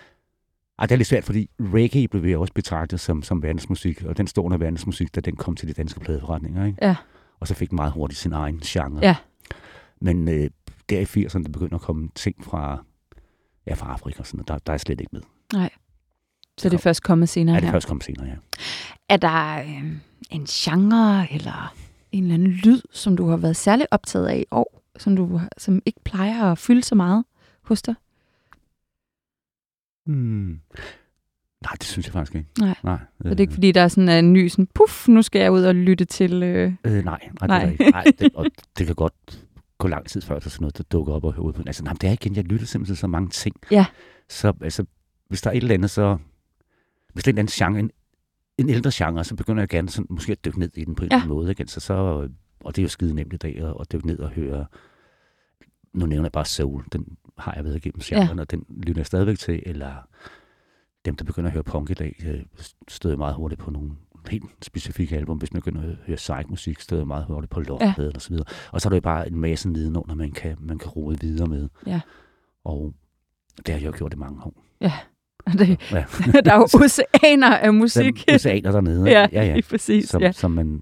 Ej, det er lidt svært, fordi reggae blev vi også betragtet som, som verdensmusik, og den stående verdensmusik, da den kom til de danske pladeforretninger, ikke? Ja. Og så fik den meget hurtigt sin egen genre. Ja. Men øh, der i firserne, der begynder at komme ting fra, ja, fra Afrika og sådan noget, der, der er slet ikke med. Nej. Så det er først kommet senere her? Ja, det er her. først kommet senere, ja. Er der øh, en genre eller en eller anden lyd, som du har været særligt optaget af i år, som, du, som ikke plejer at fylde så meget hos dig? Hmm. Nej, det synes jeg faktisk ikke. Nej. nej Så det er ikke, fordi der er sådan en ny, sådan, puff, nu skal jeg ud og lytte til... Øh... Øh, nej, nej, nej. Det, ikke. nej det, og det kan godt gå lang tid før, der sådan noget, der dukker op og hører ud på. Altså, nej, det er igen, jeg lytter simpelthen til så mange ting. Ja. Så altså, hvis der er et eller andet, så... Hvis det er en anden genre, en, en ældre genre, så begynder jeg gerne sådan, måske at dykke ned i den på en ja. eller anden måde. Igen. Så, så, og det er jo skide nemt i dag, at, at dykke ned og høre... Nu nævner jeg bare soul. Den har jeg været igennem genren, ja. Og den lytter jeg stadigvæk til. Eller dem, der begynder at høre punk i dag, støder meget hurtigt på nogle helt specifikke album. Hvis man begynder at høre psych-musik, støder meget hurtigt på Lorthed ja. Og så videre. Og så er det jo bare en masse nedenunder, man kan, man kan rode videre med. Ja. Og det har jeg jo gjort i mange år. Ja. Det, ja. Der er jo oceaner af musik. Der er oceaner dernede. Ja, ja, ja. præcis. Som, ja. som man...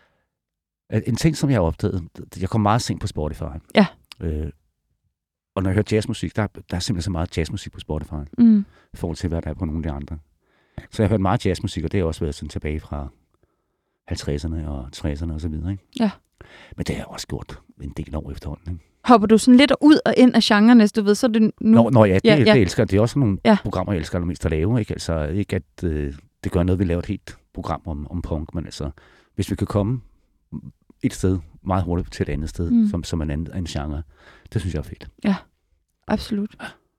En ting, som jeg har opdaget, jeg kom meget sent på Spotify. Ja. Øh, og når jeg hører jazzmusik, der, der er simpelthen så meget jazzmusik på Spotify, mm. i forhold til, hvad der er på nogle af de andre. Så jeg har hørt meget jazzmusik, og det har også været sådan tilbage fra halvtredserne og tresserne og så videre. Ikke? Ja. Men det har jeg også gjort en del år efterhånden. Ikke? Hopper du sådan lidt ud og ind af genrerne, du ved, så er det nu... Nå, nå ja, det, ja, ja. det elsker det er også nogle ja. programmer, jeg elsker allermest at lave. Ikke? Altså ikke, at øh, det gør noget, vi laver et helt program om, om punk, men altså, hvis vi kan komme et sted meget hurtigt til et andet sted, mm. som, som en anden en genre, det synes jeg er fedt. Ja, absolut.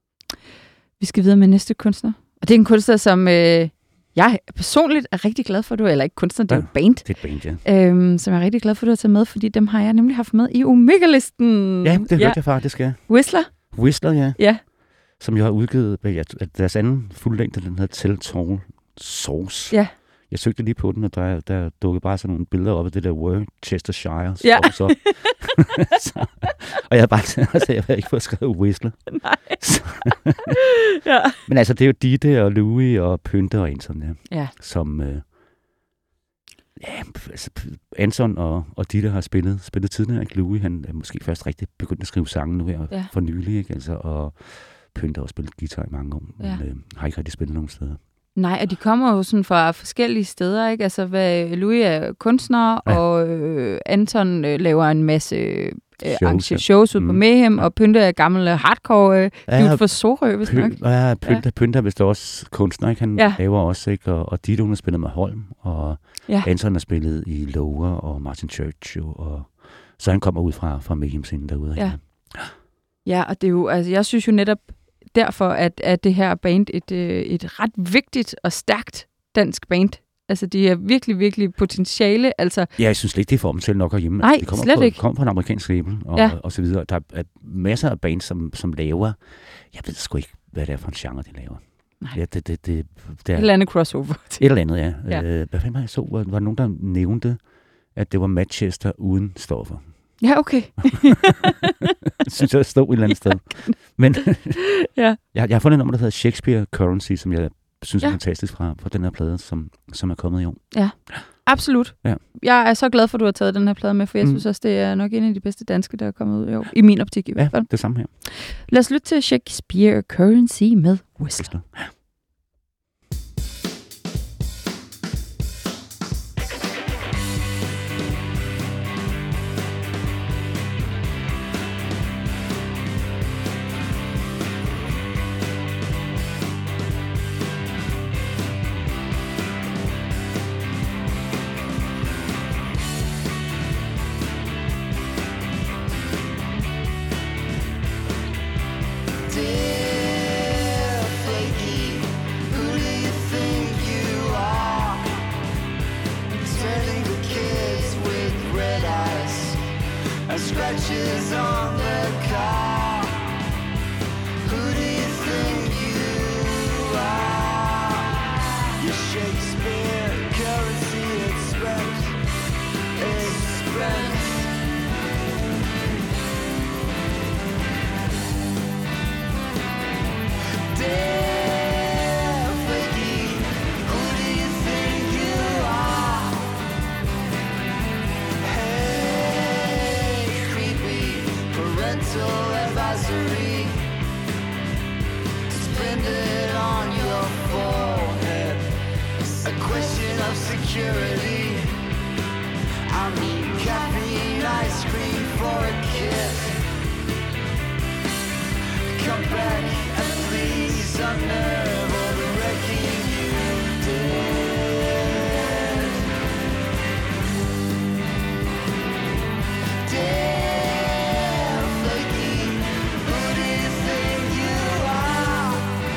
Vi skal videre med næste kunstner. Og det er en kunstner, som øh, jeg personligt er rigtig glad for, du eller ikke kunstner, det er ja, et band. Det er et band, ja. Øhm, som jeg er rigtig glad for, du har taget med, fordi dem har jeg nemlig haft med i Omega-listen. Ja, det hørte ja. jeg faktisk, ja. Whistler? Whistler, ja. Ja. Som jeg har udgivet, ja, deres anden fuldlængde, den hedder Tell Tall Sauce. Ja. Jeg søgte lige på den, og der, der dukkede bare sådan nogle billeder op af det der Worcestershire. Ja. Så. så, og jeg havde bare tænkt, altså, jeg havde ikke fået skrevet Whistler. Nej. ja. Men altså, det er jo Ditte og Louis og Pynte og Anton, ja. Ja. Som, øh, ja, altså, Anton og, og Ditte har spillet, spillet tidligere, ikke? Louis, han er måske først rigtig begyndt at skrive sange nu her ja. for nylig, ikke? Altså, og Pynte har også spillet guitar i mange år, ja. men øh, har ikke rigtig spillet nogen steder. Nej, og de kommer jo sådan fra forskellige steder, ikke? Altså, hvad, Louis er kunstner, ja. og øh, Anton øh, laver en masse øh, shows, ja. shows ud mm. på Mayhem, ja. og Pynte er gammel hardcore øh, ja, dude for Sorø, hvis nok. Ja, Pynte, ja. Pynte er vist også kunstner, ikke? Han ja. laver også, ikke? Og, og Ditte, hun har spillet med Holm, og ja. Anton har spillet i Lower og Martin Church, og så han kommer ud fra, fra Mayhem-scenen derude. Ja. ja, og det er jo, altså, jeg synes jo netop, derfor at, at det her band et, et ret vigtigt og stærkt dansk band. Altså, de er virkelig, virkelig potentiale. Altså, ja, jeg synes ikke, det får dem selv nok herhjemme. Nej, det kommer slet på, ikke. Det kommer på en amerikansk label og, ja. og så videre. Der er masser af bands, som, som laver... Jeg ved sgu ikke, hvad det er for en genre, de laver. Nej. Ja, det, det, det, det er, et eller andet crossover. Et eller andet, ja. ja. Øh, hvad fanden var jeg så? Var, var der nogen, der nævnte, at det var Manchester uden stoffer? Ja, okay. Det synes jeg stod et eller andet sted. Men ja. jeg, jeg har fundet et nummer, der hedder Shakespeare Currency, som jeg synes ja. er fantastisk fra, fra den her plade, som, som er kommet i år. Ja, absolut. Ja. Jeg er så glad for, at du har taget den her plade med, for jeg mm. synes også, det er nok en af de bedste danske, der er kommet ud i år. I min optik i hvert fald. Ja, det samme her. Lad os lytte til Shakespeare Currency med Whistler. Ja. Scratches on the car. Who do you think you are? Your Shakespeare currency express, express. Damn, flaky. Who do you think you are? Parental advisory, spend it on your forehead. A question of security. I mean caffeine, ice cream for a kiss. Come some nerve over wrecking you dead. Damn, flaky, who do you think you are?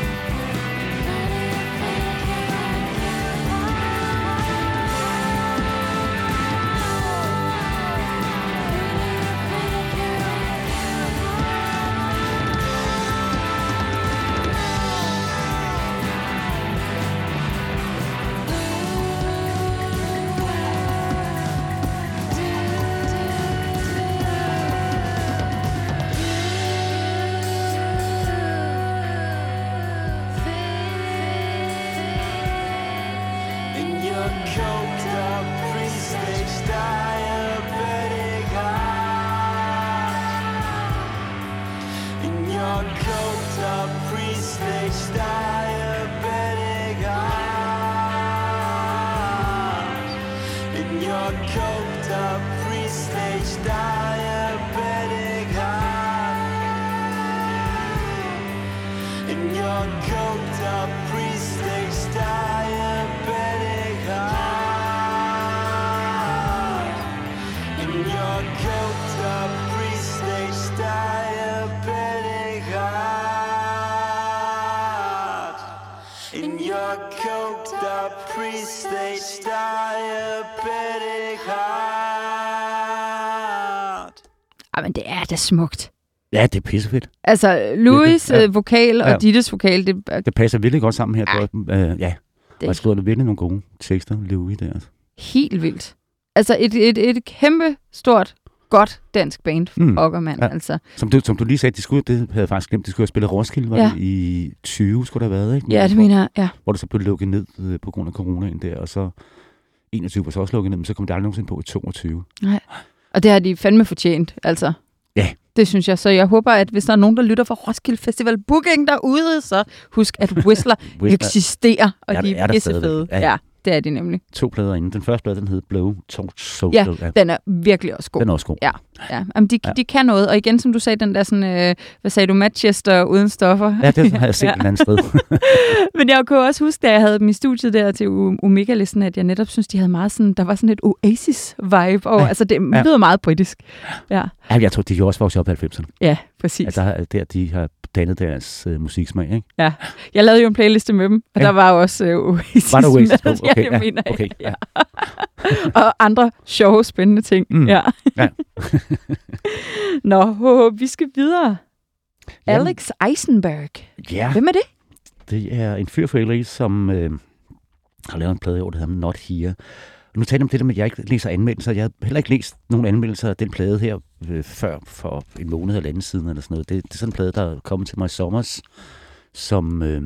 In your coked up pre-stage diabetic heart. In your coked up pre-stage diabetic heart. In your coked up pre-stage diabetic heart. In your coked up pre-stage diabetic heart. In your coked up pre-stage diabetic heart. In your coked up pre-stage diabetic heart. Ej, men det er da smukt. Ja, det er pissefedt. Altså, Louis' Ja. ja. vokal og Ja. Dittes vokal, det er Det passer virkelig godt sammen her. Ja. Ja, øh, ja. Det- og jeg skriver virkelig nogle gode tekster, Louis der. Altså. helt vildt. Altså, et, et, et kæmpe, stort, godt dansk band, Mm. mm. Okkermand, Ja. ja. altså. Som du, som du lige sagde, de skulle, det havde jeg faktisk glemt, de skulle have spillet Roskilde, var Ja. det i tyve, skulle der have været, ikke? Ja, det mener jeg, ja. Hvor det så blev lukket ned øh, på grund af coronaen der, og så enogtyve var så også lukket ned, men så kom det aldrig nogensinde på i toogtyve. Og det har de fandme fortjent, altså. Ja. Det synes jeg. Så jeg håber, at hvis der er nogen, der lytter fra Roskilde Festival Booking derude, så husk, at Whistler Whistler eksisterer, og Ja, de det er er der pissefede. stadigvæk. Ja, Ja, ja. ja, det er de nemlig. to plader inden. Den første plade, den hed Blow Torch Social. Ja, den er virkelig også god. Den er også god. Ja. Ja, jamen de, Ja. de kan noget. Og igen, som du sagde, den der sådan, øh, hvad sagde du, Manchester uden stoffer. Ja, det har jeg set Ja. ja. et andet sted. Men jeg kunne også huske, da jeg havde dem i studiet der til U- Omega-listen, at jeg netop synes, de havde meget sådan, der var sådan et Oasis-vibe. Og Ja. altså, det Ja. lyder meget britisk. Ja, Ja, jeg tror, de kan også vokse op i halvfemserne. ja præcis. Altså, der, der de har dannet deres øh, musiksmag, ikke? Ja. Jeg lavede jo en playliste med dem, og Ja. der var også øh, Oasis. Var der Oasis på? med. Okay, ja, det mener jeg. okay, ja. Og andre sjove, spændende ting. Mm. Ja. Ja. Nå, ho, ho, vi skal videre. Jamen, Alex Eisenberg. Ja, Hvem er det? det er en fyr fra L A, som øh, har lavet en plade i år, der hedder Not Here. Og nu taler jeg om det der med, at jeg ikke læser anmeldelser. Jeg har heller ikke læst nogen anmeldelser af den plade her øh, før for en måned eller anden siden eller sådan noget. Det, det er sådan en plade, der er kommet til mig i sommers, som... Øh,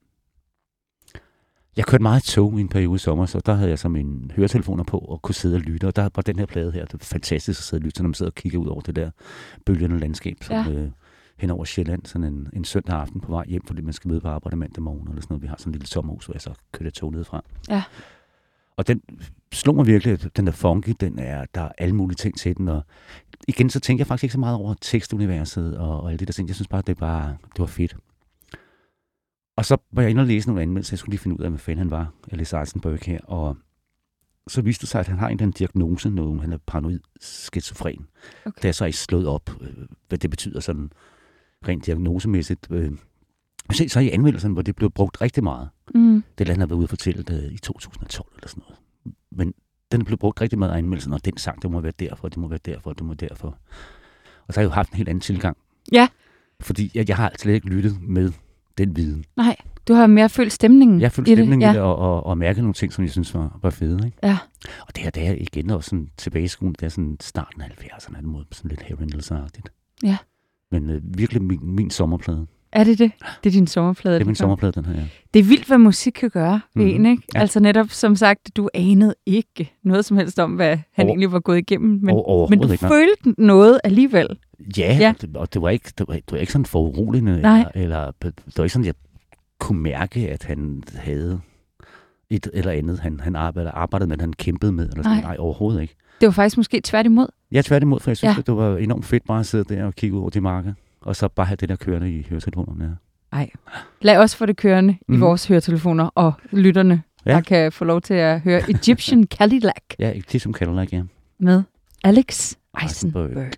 jeg kørte meget i tog i en periode i sommer, så der havde jeg så mine høretelefoner på og kunne sidde og lytte. Og der var den her plade her, det er fantastisk at sidde og lytte, når man sidder og kigger ud over det der bølgende landskab, som Ja. øh, hen over Sjælland, sådan en, en søndag aften på vej hjem, fordi man skal møde på arbejde mandag morgen eller sådan noget. Vi har sådan en lille sommerhus, hvor jeg så kørte tog nedefra. Ja. Og den slog mig virkelig, at den er funky, den er, der er alle mulige ting til den, og igen, så tænker jeg faktisk ikke så meget over tekstuniverset og, og alt det der ting. Jeg synes bare, det, bare, det var fedt. Og så var jeg inde og læse nogle anmeldelser, jeg skulle lige finde ud af, hvad fanden han var, Alex Eisenberg her, og så viste det sig, at han har en eller anden diagnose, når han er paranoid skizofren. Okay. Det er så ikke slået op, øh, hvad det betyder sådan rent diagnosemæssigt. Øh. Se, så i anmeldelserne, hvor det blev brugt rigtig meget. Mm. Det land har været ude og fortælle det i to tusind og tolv eller sådan noget. Men den blev brugt rigtig meget i anmeldelsen, og den sang, det må være derfor, det må være derfor, det må være derfor. Og så har jeg jo haft en helt anden tilgang. Ja. Fordi jeg, jeg har slet ikke lyttet med den viden. Nej, du har mere følt stemningen. Jeg har følt i det, stemningen i ja. det, og, og, og mærket nogle ting, som jeg synes var, var fede. Ikke? Ja. Og det her, det er igen også sådan tilbage i skolen, det er sådan starten af halvfjerdserne, det måde sådan lidt Harry Nilsson-agtigt. Ja. Men øh, virkelig min, min sommerplade. Er det det? Det er din sommerplade. Det er min den sommerplade, den her. Ja. Det er vildt, hvad musik kan gøre ved Mhm. en, ikke? Ja. Altså netop, som sagt, du anede ikke noget som helst om, hvad han Over- egentlig var gået igennem, men, Over- overhovedet men du ikke, nej. følte noget alligevel. Ja, Ja. ja. Og det var ikke, det var, det var ikke sådan foruroligende, Nej. eller, eller det var ikke sådan, jeg kunne mærke, at han havde et eller andet, han, han arbejdede, arbejdede med, han kæmpede med, eller sådan. Nej. Nej, overhovedet ikke. Det var faktisk måske tværtimod. Jeg er tværtimod, for jeg synes, Ja. ja. at det var enormt fedt bare at sidde der og kigge ud over de marker, og så bare have det der kørende i høretelefonerne. Ja. Ej. Lad os få det kørende mm. i Mhm. vores høretelefoner, og lytterne, Ja. der kan få lov til at høre Egyptian Cadillac Ja, ikke det som Cadillac, ja. med Alex Eisenberg. Eisenberg.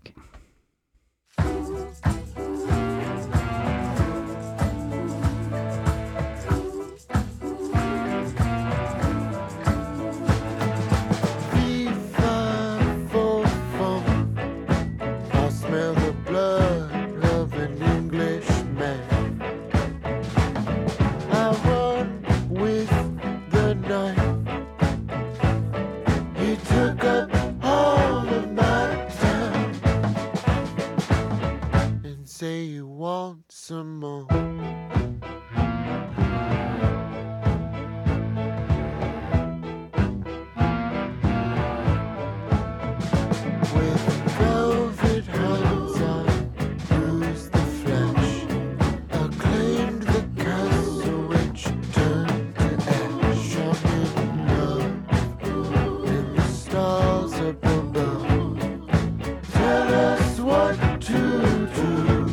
I smell the blood of an Englishman. I run with the night. He took up all of my time and say you want some more. With velvet hands I bruised the flesh. I claimed the castle which turned to ash. I'm in love in the stars up above. Tell us what to do.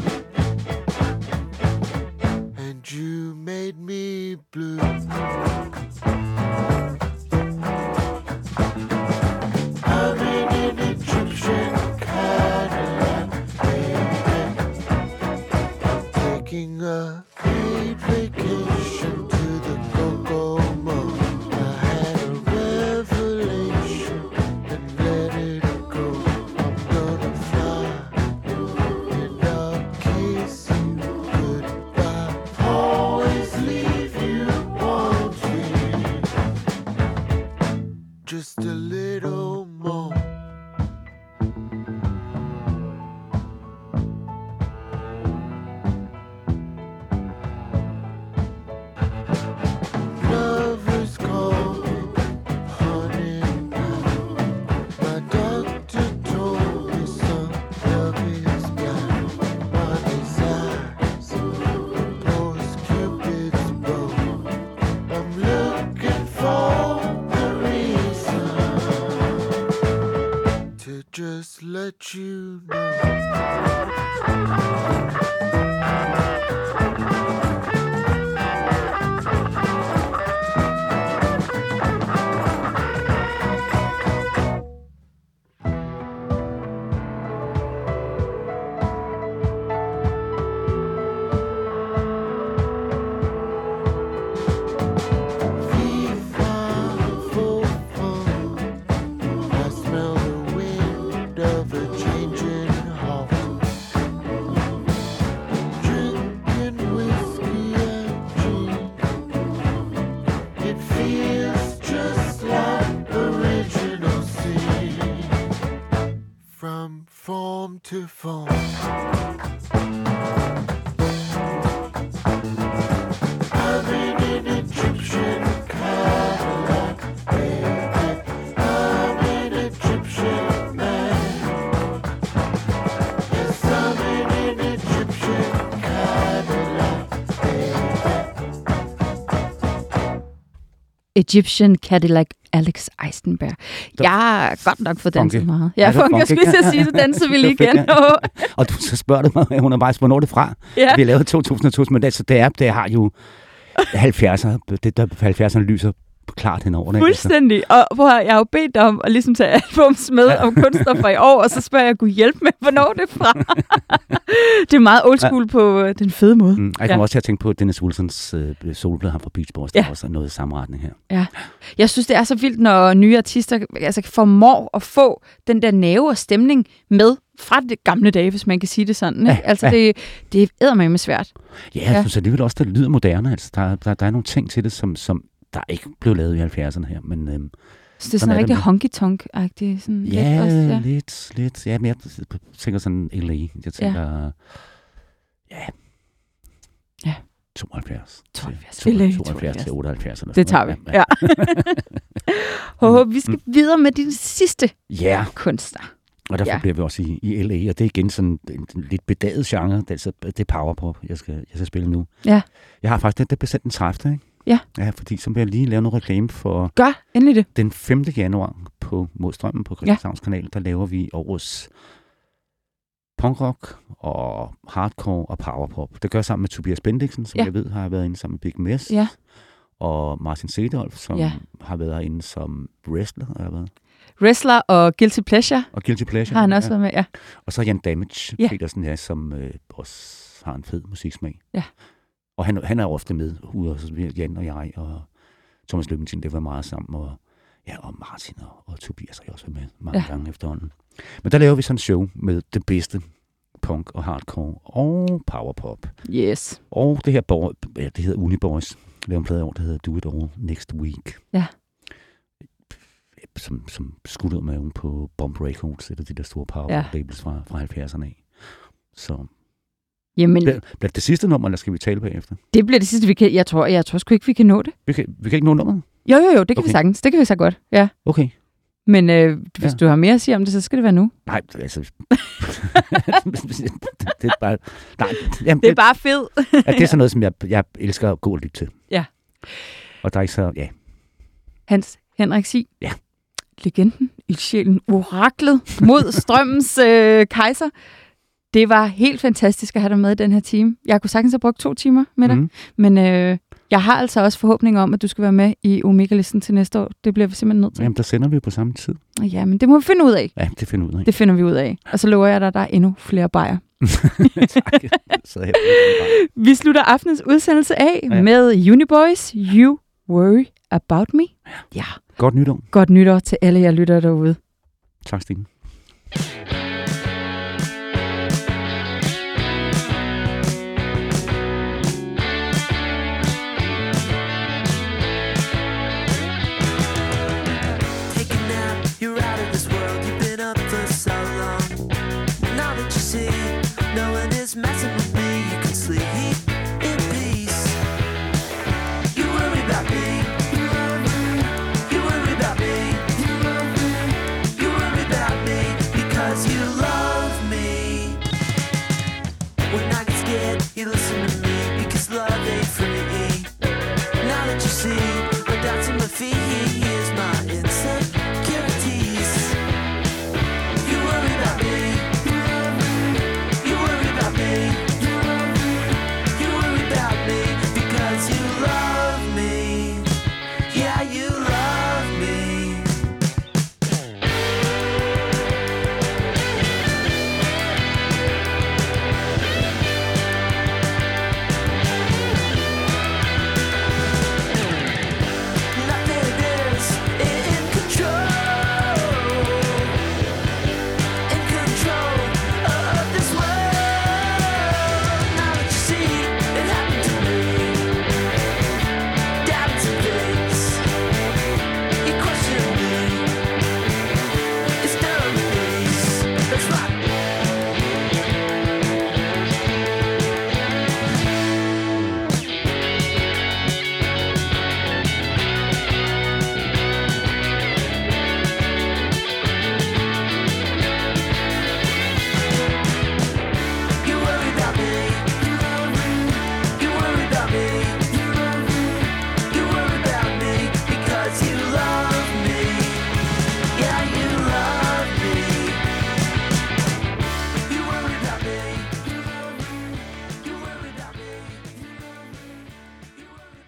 And you made me blue. I'm in an Egyptian Cadillac, baby. Taking a paid vacation to the Kokomo. I had a revelation and let it go. I'm gonna fly and I'll kiss you goodbye. Always leave you wanting just a little more. Lovers call me honey pie. My doctor told me some love is blind. My desires post Cupid's bow. I'm looking for a reason to just let you know. I smell the wind of a changing heart. Drinking whiskey and gin. It feels just like original sin. From form to form. I'm in an Egyptian Cadillac, baby. I'm an Egyptian man. Yes, I'm in an Egyptian Cadillac, baby. Egyptian Cadillac, Alex Eisenberg. Jeg har godt nok fået danset Funky. meget. Ja, Ja, det er funk, jeg funky. skulle til at sige, så dansede vi lige Det er igen. fedt, Og du, så spørger du mig, hun er bare, hvornår er det fra? Ja. Vi har lavet to tusind og to, men det, så det, er, det har jo halvfjerdserne, det der halvfjerdserne lyser klart henover det. ikke? Altså, Fuldstændig. Og hvor jeg har jo bedt dig om at ligesom tage albums med Ja. om kunstner fra i år, og så spørger jeg, kunne hjælpe med, hvornår det er fra. Det er meget old school på øh, den fede måde. Mm, jeg kommer også til at tænke på Dennis Wilsons øh, soloplade ham fra Beach Boys. Der Ja. er også noget i samme retning her. Ja. Jeg synes, det er så vildt, når nye artister altså, formår at få den der nerve og stemning med fra det gamle dage, hvis man kan sige det sådan. Ikke? Ja, Altså, ja. det, det er eddermame svært. Ja, jeg synes alligevel også, det lyder moderne. Altså, der, der, der er nogle ting til det, som, som der ikke blev lavet i halvfjerdserne her. Men, øhm, Så det er sådan, Sådan er det rigtig med- honky-tonk-agtigt. Sådan ja, lidt også, ja. lidt, lidt. Ja, men jeg tænker sådan L A. Jeg tænker, ja, Ja. tooghalvfjerds. tooghalvfjerds. til- L A tooghalvfjerds til otteoghalvfjerds. Eller Det sådan tager vi. noget. Ja. Håber, vi skal videre med din sidste Ja, kunstner. og derfor Ja. ja. bliver vi også i, i L A, og det er igen sådan en, en lidt bedaget genre. Det er, altså, det er powerpop, jeg skal, jeg skal spille nu. Ja. Jeg har faktisk den, der blev sendt den tredivte Ikke? Ja. Ja, fordi så vil jeg lige lave noget reklame for Gør endelig det. den femte januar på Modstrømmen på Christianshavns kanal. Der laver vi årets punkrock og hardcore og powerpop. Det gør jeg sammen med Tobias Bendiksen, som Ja. jeg ved har været inde sammen med Big Mess. Ja. Og Martin Sedolf, som Ja. har været inde som wrestler. Har været. Wrestler og Guilty Pleasure Og Guilty Pleasure. har han også ja. været med, ja. Og så Jan Damage Ja. Petersen, ja, som øh, også har en fed musiksmag. Ja. Og han, han er ofte med, ude og så Jan og jeg og Thomas Løbentin, det var meget sammen, og, ja, og Martin og, og Tobias har jeg også været med mange Ja. ja. gange efterhånden. Men der laver vi sådan en show med det bedste punk og hardcore og powerpop. Yes. Og det her, borg, ja, det hedder Uniboys. Vi laver en plade over, der hedder Do It All Next Week. Ja. Som, som skudt ud med oven på Bomb Records, eller de der store power Ja. labels fra, fra halvfjerdserne af. Så Jamen, bliver det, det sidste nummer, der skal vi tale bagefter? det bliver det sidste, vi kan... Jeg tror, jeg tror sgu ikke, vi kan nå det. Vi kan, vi kan ikke nå nummeret? Jo, jo, jo, det kan Okay. vi sagtens. Det kan vi så godt, ja. Okay. Men øh, hvis Ja. du har mere at sige om det, så skal det være nu. Nej, altså... det er bare... Nej, jamen, Det er bare fedt. ja, det er sådan noget, som jeg, jeg elsker at gå og lytte til. Ja. Og der er ikke så... Ja, Hans Henrik Sig. Ja. Legenden, ildsjælen, oraklet mod strømmens øh, kejser. Det var helt fantastisk at have dig med i den her time. Jeg kunne sagtens have brugt to timer med dig, Mhm. men øh, jeg har altså også forhåbning om, at du skal være med i Omega-listen til næste år. Det bliver vi simpelthen nødt til. Jamen, der sender vi på samme tid. Ja, men det må vi finde ud af. Ja, det finder vi ud af. Det finder vi ud af. Og så lover jeg dig, at der er endnu flere bajer. Tak. Så her. Vi slutter aftenens udsendelse af Ja. med Uniboys, You Worry About Me. Ja, Godt nytår. godt nytår til alle jer lyttere derude. Tak, Stine.